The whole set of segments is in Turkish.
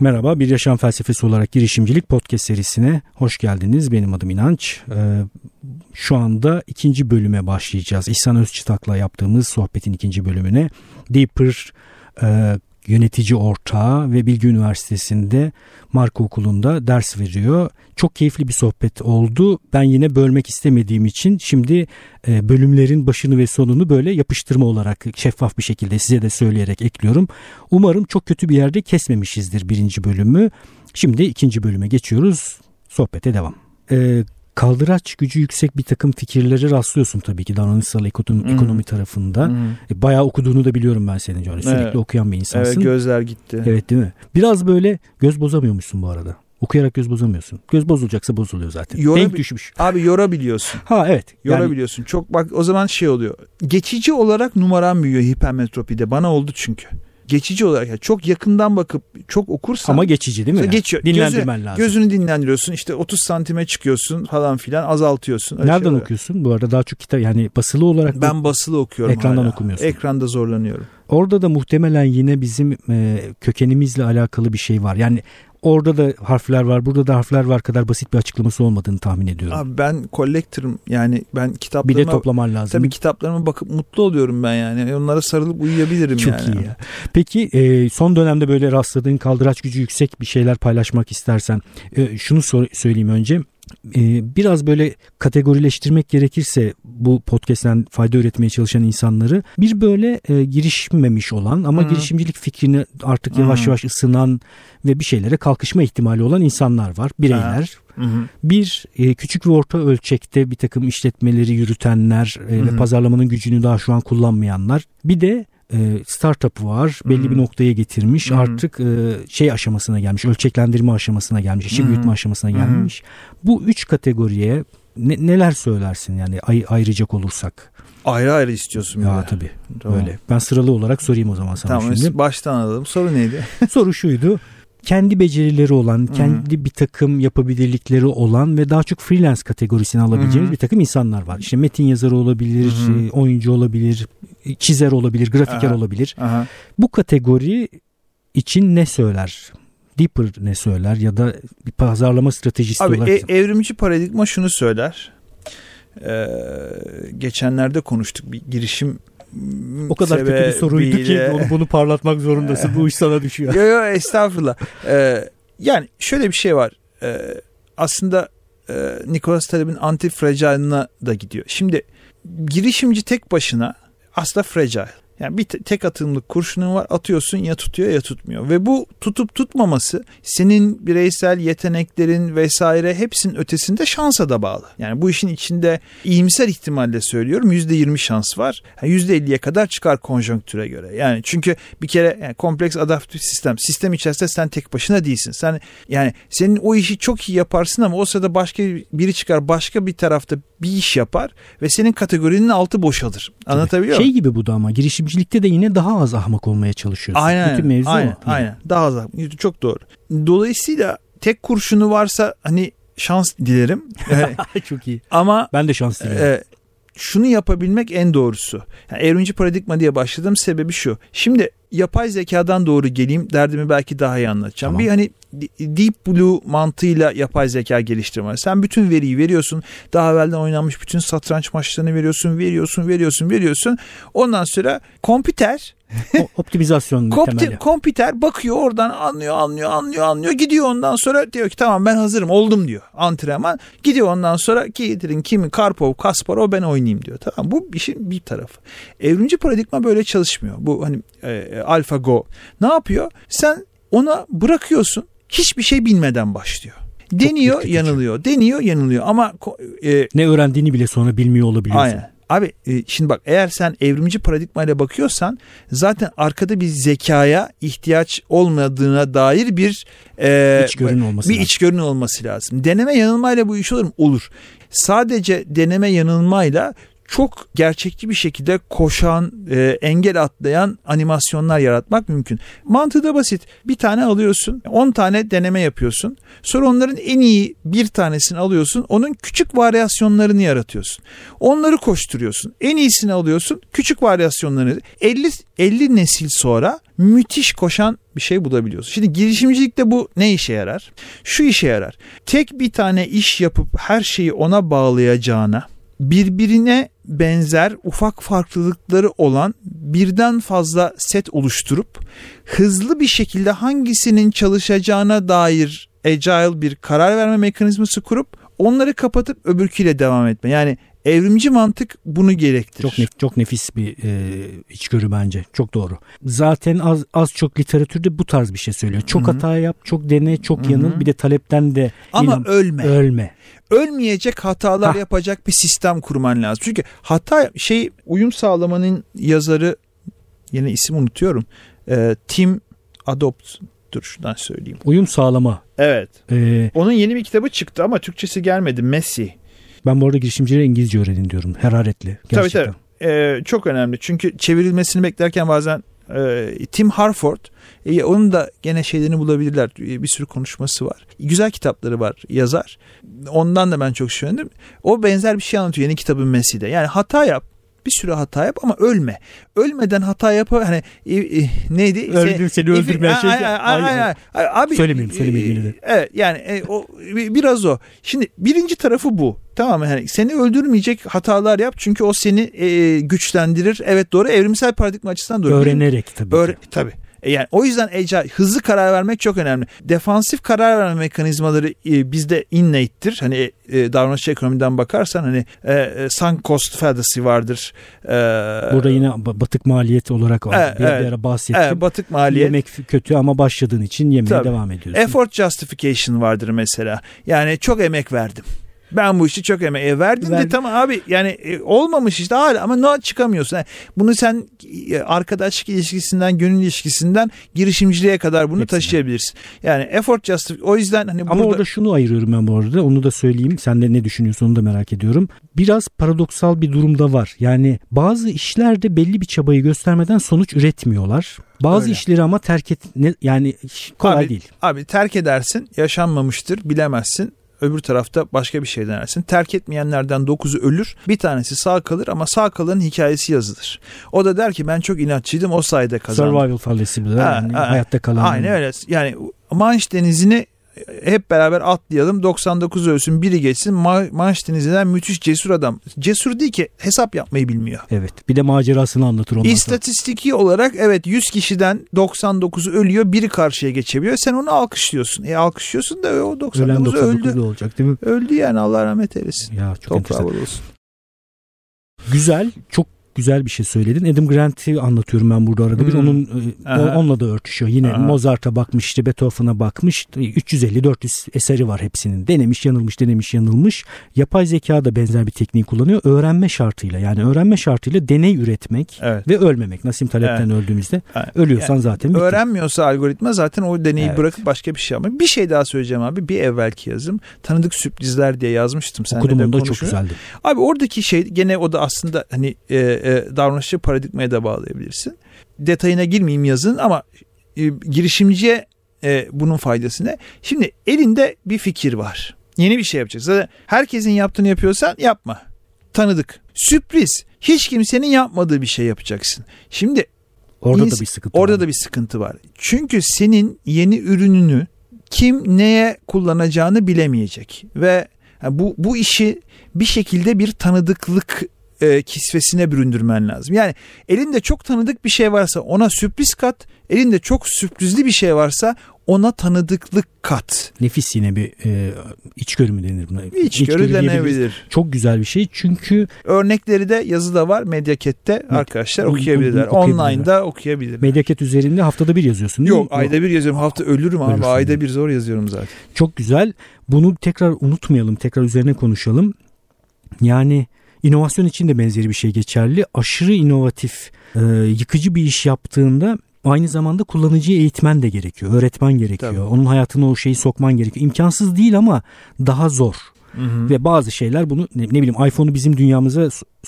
Merhaba, Bir Yaşam Felsefesi olarak girişimcilik podcast serisine hoş geldiniz. Benim adım İnanç. Şu anda 2. bölüme başlayacağız. İhsan Özçıtak'la yaptığımız sohbetin 2. bölümüne. Deeper yönetici ortağı ve Bilgi Üniversitesi'nde Marka Okulu'nda ders veriyor. Çok keyifli bir sohbet oldu. Ben yine bölmek istemediğim için şimdi bölümlerin başını ve sonunu böyle yapıştırma olarak şeffaf bir şekilde size de söyleyerek ekliyorum. Umarım çok kötü bir yerde kesmemişizdir 1. bölümü. Şimdi 2. bölüme geçiyoruz. Sohbete devam. Kaldıraç gücü yüksek bir takım fikirlere rastlıyorsun tabii ki davranışsal ekonomi tarafında. Bayağı okuduğunu da biliyorum ben senin. Yani sürekli okuyan bir insansın. Evet, gözler gitti. Evet, değil mi? Biraz böyle göz bozamıyormuşsun bu arada. Okuyarak göz bozamıyorsun. Göz bozulacaksa bozuluyor zaten. Denk düşmüş. Abi yorabiliyorsun. Ha evet. Yorabiliyorsun. Yani, çok bak o zaman şey oluyor. Geçici olarak numaran büyüyor hipermetropide. Bana oldu çünkü. Geçici olarak yani çok yakından bakıp çok okursan. Ama geçici değil mi? Geçiyor. Dinlendirmen lazım. Gözünü dinlendiriyorsun. İşte 30 santime çıkıyorsun falan filan, azaltıyorsun. Öyle nereden okuyorsun? Bu arada daha çok kitap, yani basılı olarak. Ben basılı okuyorum. Ekrandan okumuyorsun. Ekranda zorlanıyorum. Orada da muhtemelen yine bizim kökenimizle alakalı bir şey var. Yani orada da harfler var, burada da harfler var kadar basit bir açıklaması olmadığını tahmin ediyorum. Abi ben collector'ım. Yani ben kitaplarıma... Bir de toplaman lazım. Tabii kitaplarıma bakıp mutlu oluyorum ben yani. Onlara sarılıp uyuyabilirim çok yani. Çok iyi ya. Peki son dönemde böyle rastladığın kaldıraç gücü yüksek bir şeyler paylaşmak istersen şunu söyleyeyim önce. Biraz böyle kategorileştirmek gerekirse bu podcast'ten fayda üretmeye çalışan insanları bir böyle girişmemiş olan ama girişimcilik fikrini artık yavaş yavaş ısınan ve bir şeylere kalkışma ihtimali olan insanlar var. Bireyler. Bir küçük ve orta ölçekte bir takım işletmeleri yürütenler ve pazarlamanın gücünü daha şu an kullanmayanlar. Bir de startup var, belli bir noktaya getirmiş, artık şey aşamasına gelmiş, ölçeklendirme aşamasına gelmiş, işi büyütme aşamasına gelmiş. Bu 3 kategoriye neler söylersin yani ayıracak olursak? Ayrı ayrı istiyorsun. Ya tabii. Tamam. Öyle. Ben sıralı olarak sorayım o zaman sana tamam, şimdi. Baştan alalım. Soru neydi? Soru şuydu. Kendi becerileri olan, kendi bir takım yapabilirlikleri olan ve daha çok freelance kategorisine alabileceğimiz bir takım insanlar var. İşte metin yazarı olabilir, oyuncu olabilir, çizer olabilir, grafiker olabilir. Bu kategori için ne söyler? Deeper ne söyler ya da bir pazarlama stratejisi olarak? Evrimci paradigma şunu söyler. Geçenlerde konuştuk bir girişim. O kadar kötü bir soruydu ki bunu parlatmak zorundasın. Bu iş sana düşüyor. Yok estağfurullah. Yani şöyle bir şey var. Aslında Nicholas Taleb'in anti-fragile'ına da gidiyor. Şimdi girişimci tek başına aslında fragile. Yani bir tek atımlık kurşunun var, atıyorsun ya tutuyor ya tutmuyor. Ve bu tutup tutmaması senin bireysel yeteneklerin vesaire hepsinin ötesinde şansa da bağlı. Yani bu işin içinde iyimser ihtimalle söylüyorum %20 şans var. Yani %50'ye kadar çıkar konjonktüre göre. Yani çünkü bir kere yani kompleks adaptif sistem içerisinde sen tek başına değilsin. Sen yani senin o işi çok iyi yaparsın ama o sırada başka biri çıkar, başka bir tarafta bir iş yapar ve senin kategorinin altı boşalır. Anlatabiliyor muyum? Şey gibi bu da ama girişimcilikte de yine daha az ahmak olmaya çalışıyorsun. Aynen. Daha az ahmak. Çok doğru. Dolayısıyla tek kurşunu varsa hani şans dilerim. Çok iyi. Ama ben de şans dilerim. Şunu yapabilmek en doğrusu. Yani evrimci paradigma diye başladığım sebebi şu. Şimdi yapay zekadan doğru geleyim, derdimi belki daha iyi anlatacağım. Tamam. Bir hani Deep Blue mantığıyla yapay zeka geliştirme. Sen bütün veriyi veriyorsun. Daha evvelden oynanmış bütün satranç maçlarını veriyorsun. Ondan sonra kompüter optimizasyon temeli. Kompüter bakıyor, oradan anlıyor. Gidiyor ondan sonra diyor ki tamam ben hazırım, oldum diyor. Antrenman. Gidiyor ondan sonra getirin kimi Karpov, Kasparov ben oynayayım diyor. Tamam, bu işin bir tarafı. Evrimci paradigma böyle çalışmıyor. Bu hani AlphaGo. Ne yapıyor? Sen ona bırakıyorsun. Hiçbir şey bilmeden başlıyor. Deniyor, yanılıyor ama ne öğrendiğini bile sonra bilmiyor olabiliyorsun. Aynen. Abi şimdi bak, eğer sen evrimci paradigmayla bakıyorsan zaten arkada bir zekaya ihtiyaç olmadığına dair bir içgörün olması lazım. Deneme yanılmayla bu iş olur mu? Olur. Sadece deneme yanılmayla çok gerçekçi bir şekilde koşan, engel atlayan animasyonlar yaratmak mümkün. Mantığı da basit. Bir tane alıyorsun, 10 tane deneme yapıyorsun. Sonra onların en iyi bir tanesini alıyorsun, onun küçük varyasyonlarını yaratıyorsun. Onları koşturuyorsun. En iyisini alıyorsun, küçük varyasyonlarını 50 nesil sonra müthiş koşan bir şey bulabiliyorsun. Şimdi girişimcilikte bu ne işe yarar? Şu işe yarar. Tek bir tane iş yapıp her şeyi ona bağlayacağına, birbirine benzer ufak farklılıkları olan birden fazla set oluşturup hızlı bir şekilde hangisinin çalışacağına dair agile bir karar verme mekanizması kurup onları kapatıp öbürküyle devam etme. Yani evrimci mantık bunu gerektirir. Çok nefis bir içgörü bence. Çok doğru. Zaten az çok literatürde bu tarz bir şey söylüyor. Çok hata yap, çok dene, çok yanıl. Bir de talepten de ama ölme. Ölmeyecek hatalar yapacak bir sistem kurman lazım. Çünkü uyum sağlamanın yazarı, yine isim unutuyorum. Tim Adopt. Dur şuradan söyleyeyim. Uyum sağlama. Evet. Onun yeni bir kitabı çıktı ama Türkçesi gelmedi. Messi. Ben bu arada girişimcilere İngilizce öğrenin diyorum. Hararetli. Gerçekten. Tabii. Çok önemli. Çünkü çevrilmesini beklerken bazen Tim Harford, onun da gene şeylerini bulabilirler. Bir sürü konuşması var. Güzel kitapları var, yazar. Ondan da ben çok şaşırdım. O benzer bir şey anlatıyor yeni kitabın Messi'de. Yani hata yap. Bir sürü hata yap ama ölme. Ölmeden hata yap. Hani neydi? Seni öldürmeyen şey. Abi söylemeyeyim. Evet, yani o biraz o. Şimdi birinci tarafı bu. Tamam mı? Yani seni öldürmeyecek hatalar yap. Çünkü o seni güçlendirir. Evet, doğru. Evrimsel paradigma açısından doğru. Öğrenerek tabii. Tabii. Yani o yüzden hızlı karar vermek çok önemli. Defansif karar verme mekanizmaları bizde innate'tir. Hani davranışçı ekonomiden bakarsan hani sunk cost fallacy vardır. Burada yine batık maliyet olarak bir ara bahsettim. Batık maliyet. Yemek kötü ama başladığın için yemeye devam ediyorsun. Effort justification vardır mesela. Yani çok emek verdim. Ben bu işi çok verdim de tamam abi, yani olmamış işte hala ama çıkamıyorsun. Yani bunu sen arkadaşlık ilişkisinden, gönül ilişkisinden girişimciliğe kadar bunu taşıyabilirsin. Yani effort o yüzden hani ama orada şunu ayırıyorum ben bu arada, onu da söyleyeyim. Sen de ne düşünüyorsun onu da merak ediyorum. Biraz paradoksal bir durumda var. Yani işlerde belli bir çabayı göstermeden sonuç üretmiyorlar. Bazı işleri ama yani kolay değil. Abi terk edersin, yaşanmamıştır, bilemezsin. Öbür tarafta başka bir şey denersin. Terk etmeyenlerden 9'u ölür. Bir tanesi sağ kalır ama sağ kalanın hikayesi yazılır. O da der ki ben çok inatçıydım, o sayede kazandım. Survival fallacy hayatta kalan. Aynen öyle. Yani Manş Denizi'ni hep beraber atlayalım. 99 ölsün, biri geçsin. Manş Denizi'nden müthiş cesur adam. Cesur değil ki, hesap yapmayı bilmiyor. Evet. Bir de macerasını anlatır ondan sonra. İstatistiki olarak 100 kişiden 99'u ölüyor, biri karşıya geçebiliyor. Sen onu alkışlıyorsun. Alkışlıyorsun da o 99'u öldü. Olacak değil mi? Öldü yani, Allah rahmet eylesin. Ya çok toprağı olsun. Güzel. Çok güzel bir şey söyledin. Adam Grant'i anlatıyorum ben burada arada bir. Onunla da örtüşüyor. Yine Mozart'a bakmıştı, Beethoven'a bakmış. 350-400 eseri var hepsinin. Denemiş, yanılmış. Yapay zeka da benzer bir tekniği kullanıyor. Öğrenme şartıyla. Yani öğrenme şartıyla deney üretmek ve ölmemek. Nassim Talep'ten öldüğümüzde ölüyorsan zaten bitti. Öğrenmiyorsa algoritma zaten o deneyi bırakıp başka bir şey yapmak. Bir şey daha söyleyeceğim abi. Bir evvelki yazım. Tanıdık sürprizler diye yazmıştım. Okudum, onu da çok güzeldi. Abi oradaki şey gene o da aslında hani davranışçı paradigmaya da bağlayabilirsin. Detayına girmeyeyim yazın ama girişimciye bunun faydası ne? Şimdi elinde bir fikir var. Yeni bir şey yapacaksın. Zaten herkesin yaptığını yapıyorsan yapma. Tanıdık. Sürpriz. Hiç kimsenin yapmadığı bir şey yapacaksın. Şimdi orada da bir sıkıntı var. Çünkü senin yeni ürününü kim neye kullanacağını bilemeyecek ve bu işi bir şekilde bir tanıdıklık kisvesine büründürmen lazım. Yani elinde çok tanıdık bir şey varsa ona sürpriz kat, elinde çok sürprizli bir şey varsa ona tanıdıklık kat. Nefis, yine bir içgörü mü denir buna? İçgörü denebilir. Çok güzel bir şey çünkü örnekleri de yazıda var Mediaket'te, arkadaşlar okuyabilirler. Online'da okuyabilirler. Mediaket üzerinde haftada bir yazıyorsun değil mi? Yok, ayda bir yazıyorum. Hafta ölürüm abi. Ölürsün. Ayda bir zor yazıyorum zaten. Çok güzel. Bunu tekrar unutmayalım. Tekrar üzerine konuşalım. Yani İnovasyon için de benzeri bir şey geçerli. Aşırı inovatif, yıkıcı bir iş yaptığında aynı zamanda kullanıcıyı eğitmen de gerekiyor. Öğretmen gerekiyor. Tabii. Onun hayatına o şeyi sokman gerekiyor. İmkansız değil ama daha zor. Hı-hı. Ve bazı şeyler bunu ne bileyim iPhone'u bizim dünyamıza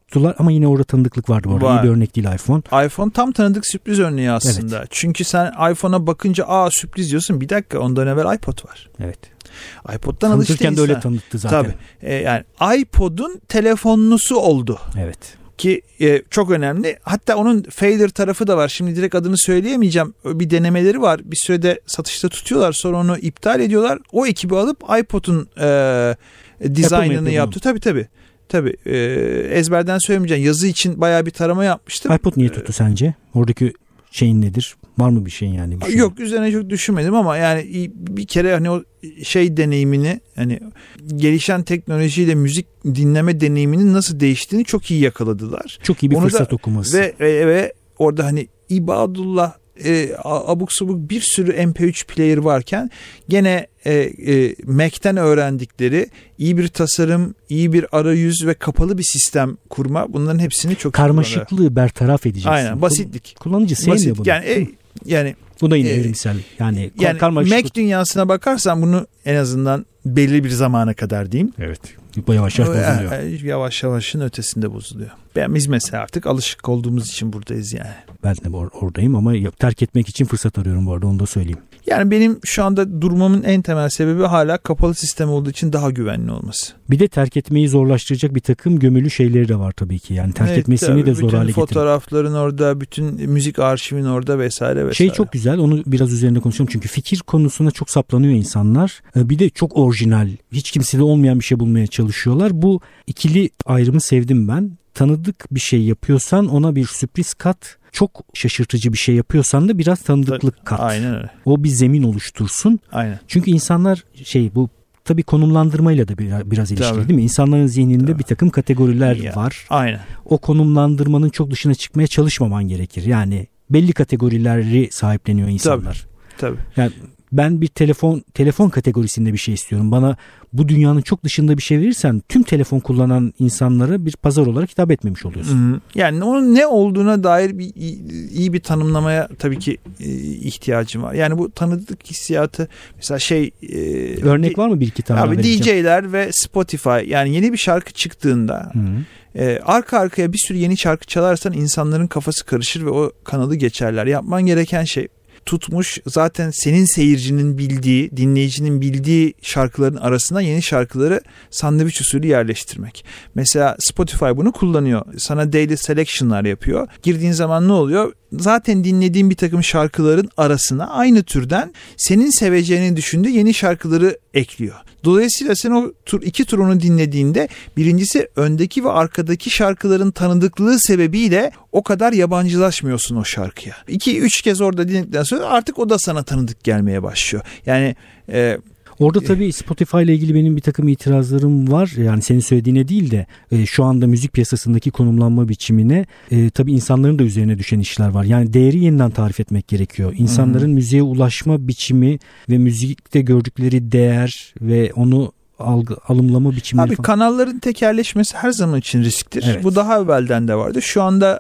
tuttular ama yine orada tanıdıklık vardı bu arada. Var. İyi bir örnek değil iPhone. iPhone tam tanıdık sürpriz örneği aslında. Evet. Çünkü sen iPhone'a bakınca sürpriz diyorsun. Bir dakika, ondan evvel iPod var. Evet. iPod'dan alıştı insan. Tanıtırken de öyle tanıttı zaten. Tabii. Yani iPod'un telefonlusu oldu. Evet. Ki çok önemli. Hatta onun failure tarafı da var. Şimdi direkt adını söyleyemeyeceğim. Bir denemeleri var. Bir sürede satışta tutuyorlar. Sonra onu iptal ediyorlar. O ekibi alıp iPod'un dizaynını yaptı. Tabii. Ezberden söylemeyeceğim. Yazı için bayağı bir tarama yapmıştım. iPod niye tuttu sence? Oradaki şeyin nedir? Var mı bir şey yani? Bir şey Yok, üzerine çok düşünmedim ama yani bir kere hani o şey deneyimini, hani gelişen teknolojiyle müzik dinleme deneyiminin nasıl değiştiğini çok iyi yakaladılar. Çok iyi bir fırsat okuması. Ve orada hani ibadullah abuk subuk bir sürü MP3 player varken gene Mac'ten öğrendikleri iyi bir tasarım, iyi bir arayüz ve kapalı bir sistem kurma, bunların hepsini çok karmaşıklığı bertaraf edeceksin. Aynen, basitlik. Kullanıcı sevmiyor bunu. Yani bu da yine evrimsel. Yani Mac dünyasına bakarsan bunu en azından belli bir zamana kadar diyeyim. Evet. Yavaş yavaş bozuluyor. Yavaş yavaşın ötesinde bozuluyor. Biz mesela artık alışık olduğumuz için buradayız yani. Ben de oradayım ama terk etmek için fırsat arıyorum bu arada, onu da söyleyeyim. Yani benim şu anda durmamın en temel sebebi hala kapalı sistem olduğu için daha güvenli olması. Bir de terk etmeyi zorlaştıracak bir takım gömülü şeyleri de var tabii ki. Yani terk etmesini de zor hale getiriyor. Bütün fotoğrafların orada, bütün müzik arşivin orada vesaire. Şey çok güzel, onu biraz üzerinde konuşalım. Çünkü fikir konusuna çok saplanıyor insanlar. Bir de çok orijinal, hiç kimsede olmayan bir şey bulmaya çalışıyorlar. Bu ikili ayrımı sevdim ben. Tanıdık bir şey yapıyorsan ona bir sürpriz kat. Çok şaşırtıcı bir şey yapıyorsan da biraz tanıdıklık kat. Aynen öyle. O bir zemin oluştursun. Aynen. Çünkü insanlar bu tabii konumlandırmayla da biraz ilişkili değil mi? İnsanların zihninde bir takım kategoriler var. Aynen. O konumlandırmanın çok dışına çıkmaya çalışmaman gerekir. Yani belli kategorileri sahipleniyor insanlar. Tabii. Yani ben bir telefon kategorisinde bir şey istiyorum. Bana bu dünyanın çok dışında bir şey verirsen tüm telefon kullanan insanlara bir pazar olarak hitap etmemiş oluyorsun. Yani onun ne olduğuna dair iyi bir tanımlamaya tabii ki ihtiyacım var. Yani bu tanıdık hissiyatı mesela örnek var mı bir iki tane? Abi DJ'ler ve Spotify, yani yeni bir şarkı çıktığında arka arkaya bir sürü yeni şarkı çalarsan insanların kafası karışır ve o kanalı geçerler. Yapman gereken şey tutmuş zaten senin seyircinin bildiği, dinleyicinin bildiği şarkıların arasına yeni şarkıları sandviç usulü yerleştirmek. Mesela Spotify bunu kullanıyor. Sana daily selection'lar yapıyor. Girdiğin zaman ne oluyor? Zaten dinlediğin bir takım şarkıların arasına aynı türden senin seveceğini düşündüğü yeni şarkıları ekliyor. Dolayısıyla sen o iki turunu dinlediğinde birincisi öndeki ve arkadaki şarkıların tanıdıklığı sebebiyle o kadar yabancılaşmıyorsun o şarkıya. 2-3 kez orada dinledikten sonra artık o da sana tanıdık gelmeye başlıyor. Yani orada tabii Spotify ile ilgili benim bir takım itirazlarım var. Yani senin söylediğine değil de şu anda müzik piyasasındaki konumlanma biçimine tabii insanların da üzerine düşen işler var. Yani değeri yeniden tarif etmek gerekiyor. İnsanların müziğe ulaşma biçimi ve müzikte gördükleri değer ve onu alımlama biçimleri falan. Kanalların tekelleşmesi her zaman için risktir. Evet. Bu daha evvelden de vardı. Şu anda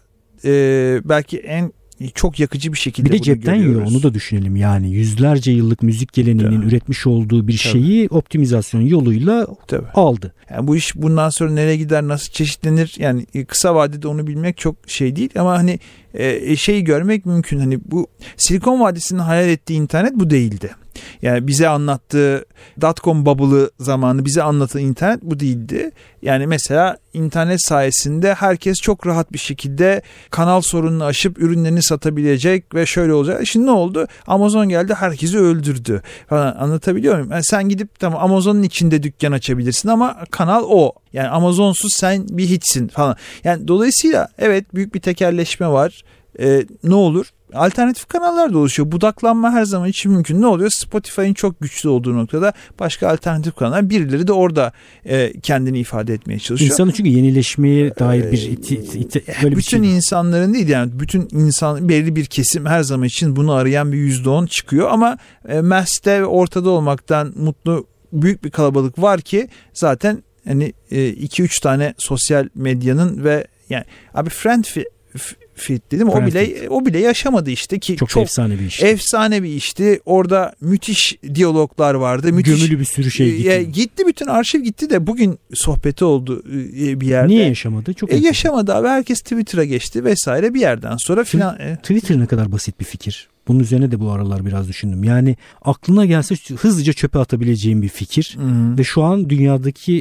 belki en çok yakıcı bir şekilde bir de cepten yiyor, onu da düşünelim. Yani yüzlerce yıllık müzik geleneğinin üretmiş olduğu bir şeyi optimizasyon yoluyla aldı. Yani bu iş bundan sonra nereye gider, nasıl çeşitlenir? Yani kısa vadede onu bilmek çok değil ama hani şeyi görmek mümkün. Hani bu Silikon Vadisi'nin hayal ettiği internet bu değildi. Yani bize anlattığı .com bubble'ı zamanı bize anlatan internet bu değildi. Yani mesela internet sayesinde herkes çok rahat bir şekilde kanal sorununu aşıp ürünlerini satabilecek ve şöyle olacak. Şimdi ne oldu? Amazon geldi, herkesi öldürdü falan. Anlatabiliyor muyum? Yani sen gidip tamam Amazon'un içinde dükkan açabilirsin ama kanal o. Yani Amazon'suz sen bir hiçsin falan. Yani dolayısıyla evet, büyük bir tekelleşme var. Ne olur? Alternatif kanallar da oluşuyor. Budaklanma her zaman için mümkün. Ne oluyor? Spotify'ın çok güçlü olduğu noktada başka alternatif kanallar, birileri de orada kendini ifade etmeye çalışıyor. İnsanın çünkü yenileşmeye dair böyle bütün insanların değil, yani bütün insan, belli bir kesim her zaman için bunu arayan bir %10 çıkıyor ama mass'te ve ortada olmaktan mutlu büyük bir kalabalık var ki zaten hani 2-3 tane sosyal medyanın ve yani abi Fried dedim. O bile yaşamadı işte ki çok efsane bir işti. Efsane bir işti. Orada müthiş diyaloglar vardı. Gömülü bir sürü şey gitti. Gitti, bütün arşiv gitti de bugün sohbeti oldu bir yerde. Niye yaşamadı? Çok yaşamadı abi. Herkes Twitter'a geçti vesaire bir yerden sonra filan. Twitter ne kadar basit bir fikir. Bunun üzerine de bu aralar biraz düşündüm. Yani aklına gelse hızlıca çöpe atabileceğim bir fikir. Ve şu an dünyadaki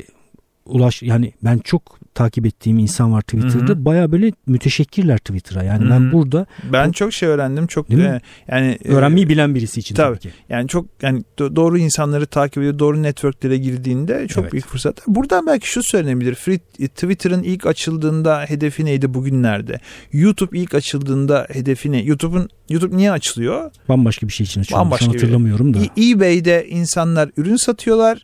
yani ben çok takip ettiğim insan var Twitter'da. Baya böyle müteşekkirler Twitter'a. Yani ben burada çok şey öğrendim. Çok yani öğrenmeyi bilen birisi için tabii ki. Yani çok doğru insanları takip ediyor, doğru networklere girdiğinde çok büyük fırsat. Buradan belki şu söylenebilir. Twitter'ın ilk açıldığında hedefi neydi bugünlerde? YouTube ilk açıldığında hedefi ne? YouTube niye açılıyor? Bambaşka bir şey için açılıyor. Şu an hatırlamıyorum da. eBay'de insanlar ürün satıyorlar.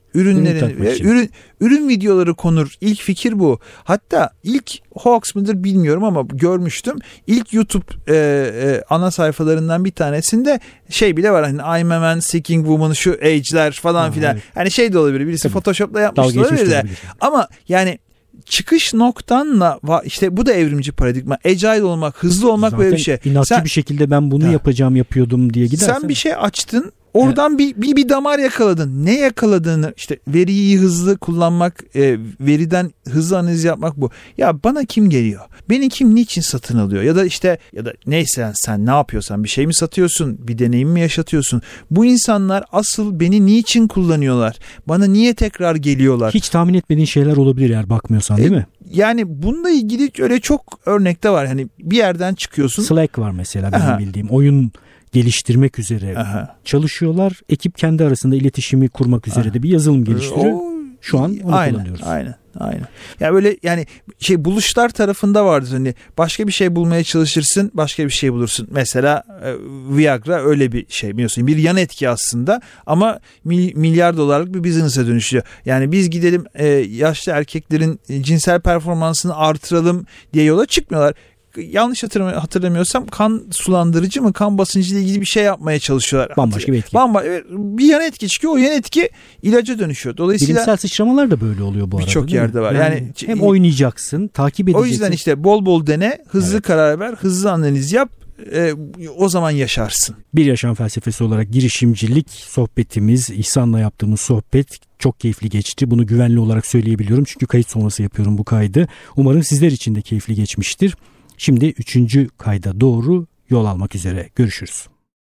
Ürün videoları konur. İlk fikir bu. Hatta ilk hoax mıdır bilmiyorum ama görmüştüm. İlk YouTube ana sayfalarından bir tanesinde şey bile var. Hani I'm a man seeking woman, şu age'ler falan filan. Evet. Hani şey de olabilir. Birisi Photoshop'la yapmış olabilir de. Ama yani çıkış noktanla işte bu da evrimci paradigma. Agile olmak, hızlı olmak zaten böyle bir şey. İnatçı bir şekilde ben bunu yapıyordum diye gidersen. Sen bir şey açtın. Oradan bir damar yakaladın. Ne yakaladığını, işte veriyi hızlı kullanmak, veriden hızlı analiz yapmak bu. Ya bana kim geliyor? Beni kim niçin satın alıyor? Ya da neyse sen ne yapıyorsan, bir şey mi satıyorsun? Bir deneyim mi yaşatıyorsun? Bu insanlar asıl beni niçin kullanıyorlar? Bana niye tekrar geliyorlar? Hiç tahmin etmediğin şeyler olabilir eğer bakmıyorsan, değil mi? Yani bununla ilgili öyle çok örnekte var. Hani bir yerden çıkıyorsun. Slack var mesela benim bildiğim. Oyun geliştirmek üzere çalışıyorlar. Ekip kendi arasında iletişimi kurmak üzere de bir yazılım geliştiriyor. Şu an onu kullanıyoruz. Aynen. Ya böyle buluşlar tarafında vardır. Hani başka bir şey bulmaya çalışırsın, başka bir şey bulursun. Mesela Viagra öyle bir şey, biliyorsun. Bir yan etki aslında ama milyar dolarlık bir business'e dönüşüyor. Yani biz gidelim yaşlı erkeklerin cinsel performansını artıralım diye yola çıkmıyorlar. Yanlış hatırlamıyorsam kan sulandırıcı mı, kan basıncı ile ilgili bir şey yapmaya çalışıyorlar. Bambaşka bir etki. Bir yan etki çıkıyor. O yan etki ilaca dönüşüyor. Dolayısıyla bilimsel sıçramalar da böyle oluyor bu arada. Birçok yerde var. Yani hem oynayacaksın, takip edeceksin. O yüzden işte bol dene, hızlı karar ver, hızlı analiz yap. O zaman yaşarsın. Bir yaşam felsefesi olarak girişimcilik sohbetimiz, İhsan'la yaptığımız sohbet çok keyifli geçti. Bunu güvenli olarak söyleyebiliyorum. Çünkü kayıt sonrası yapıyorum bu kaydı. Umarım sizler için de keyifli geçmiştir. Şimdi 3. kayda doğru yol almak üzere. Görüşürüz.